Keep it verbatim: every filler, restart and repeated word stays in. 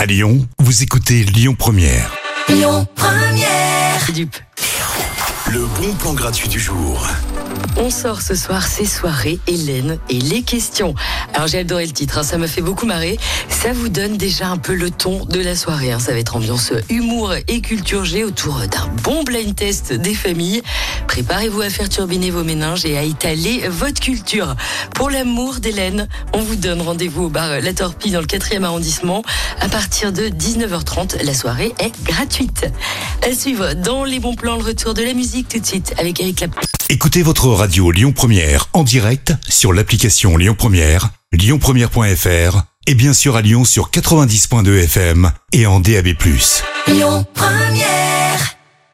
À Lyon, vous écoutez Lyon Première. Lyon Première. Dupe. Le bon plan gratuit du jour. On sort ce soir, c'est soirée Hélène et les questions. Alors j'ai adoré le titre, hein, ça m'a fait beaucoup marrer. Ça vous donne déjà un peu le ton de la soirée. Hein. Ça va être ambiance humour et culture G autour d'un bon blind test des familles. Préparez-vous à faire turbiner vos méninges et à étaler votre culture. Pour l'amour d'Hélène, on vous donne rendez-vous au bar La Torpille dans le quatrième arrondissement. À partir de dix-neuf heures trente, la soirée est gratuite. À suivre dans les bons plans, le retour de la musique tout de suite avec Eric Lap. Écoutez votre radio Lyon Première en direct sur l'application Lyon Première, lyon première point f r et bien sûr à Lyon sur quatre-vingt-dix virgule deux F M et en D A B plus. Lyon Première.